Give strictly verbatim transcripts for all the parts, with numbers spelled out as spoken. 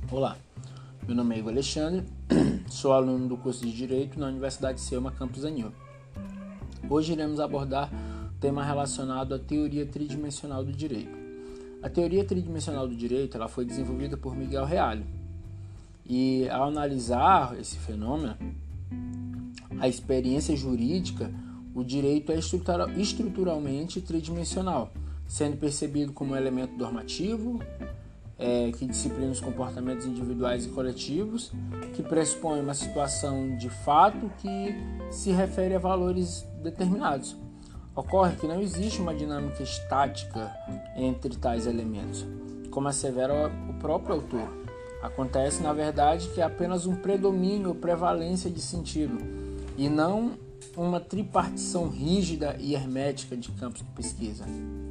Olá, meu nome é Igor Alexandre, sou aluno do curso de Direito na Universidade Selma Campus Anil. Hoje iremos abordar o tema relacionado à teoria tridimensional do direito. A teoria tridimensional do direito ela foi desenvolvida por Miguel Reale e, ao analisar esse fenômeno, a experiência jurídica, o direito é estruturalmente tridimensional, sendo percebido como um elemento normativo, É, que disciplina os comportamentos individuais e coletivos, que pressupõe uma situação de fato que se refere a valores determinados. Ocorre que não existe uma dinâmica estática entre tais elementos, como assevera o próprio autor. Acontece, na verdade, que é apenas um predomínio ou prevalência de sentido, e não uma tripartição rígida e hermética de campos de pesquisa.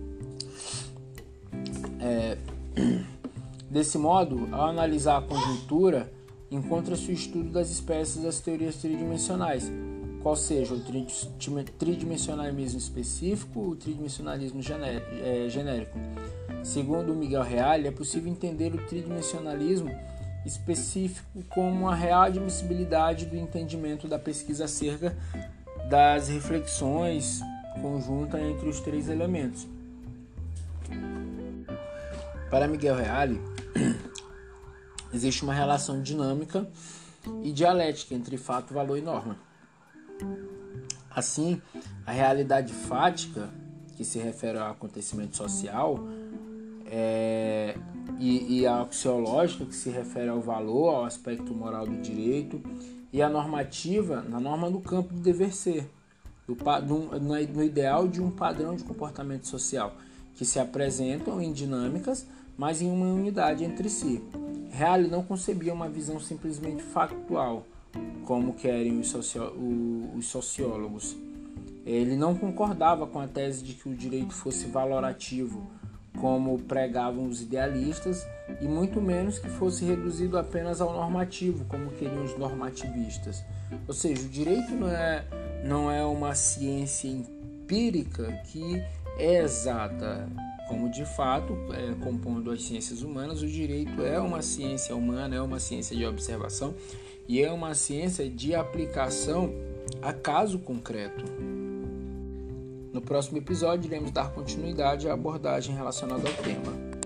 É... Desse modo, ao analisar a conjuntura, encontra-se o estudo das espécies das teorias tridimensionais, qual seja o tridimensionalismo específico ou o tridimensionalismo genérico. Segundo Miguel Reale, é possível entender o tridimensionalismo específico como a real admissibilidade do entendimento da pesquisa acerca das reflexões conjuntas entre os três elementos. Para Miguel Reale, existe uma relação dinâmica e dialética entre fato, valor e norma. Assim, a realidade fática, que se refere ao acontecimento social, é, e, e a axiológica, que se refere ao valor, ao aspecto moral do direito, e a normativa, na norma do campo do dever ser, do, do, no ideal de um padrão de comportamento social, que se apresentam em dinâmicas, mas em uma unidade entre si. Reale não concebia uma visão simplesmente factual, como querem os, socio- os sociólogos. Ele não concordava com a tese de que o direito fosse valorativo, como pregavam os idealistas, e muito menos que fosse reduzido apenas ao normativo, como queriam os normativistas. Ou seja, o direito não é, não é uma ciência empírica que é exata. Como de fato, é, compondo as ciências humanas, o direito é uma ciência humana, é uma ciência de observação e é uma ciência de aplicação a caso concreto. No próximo episódio, iremos dar continuidade à abordagem relacionada ao tema.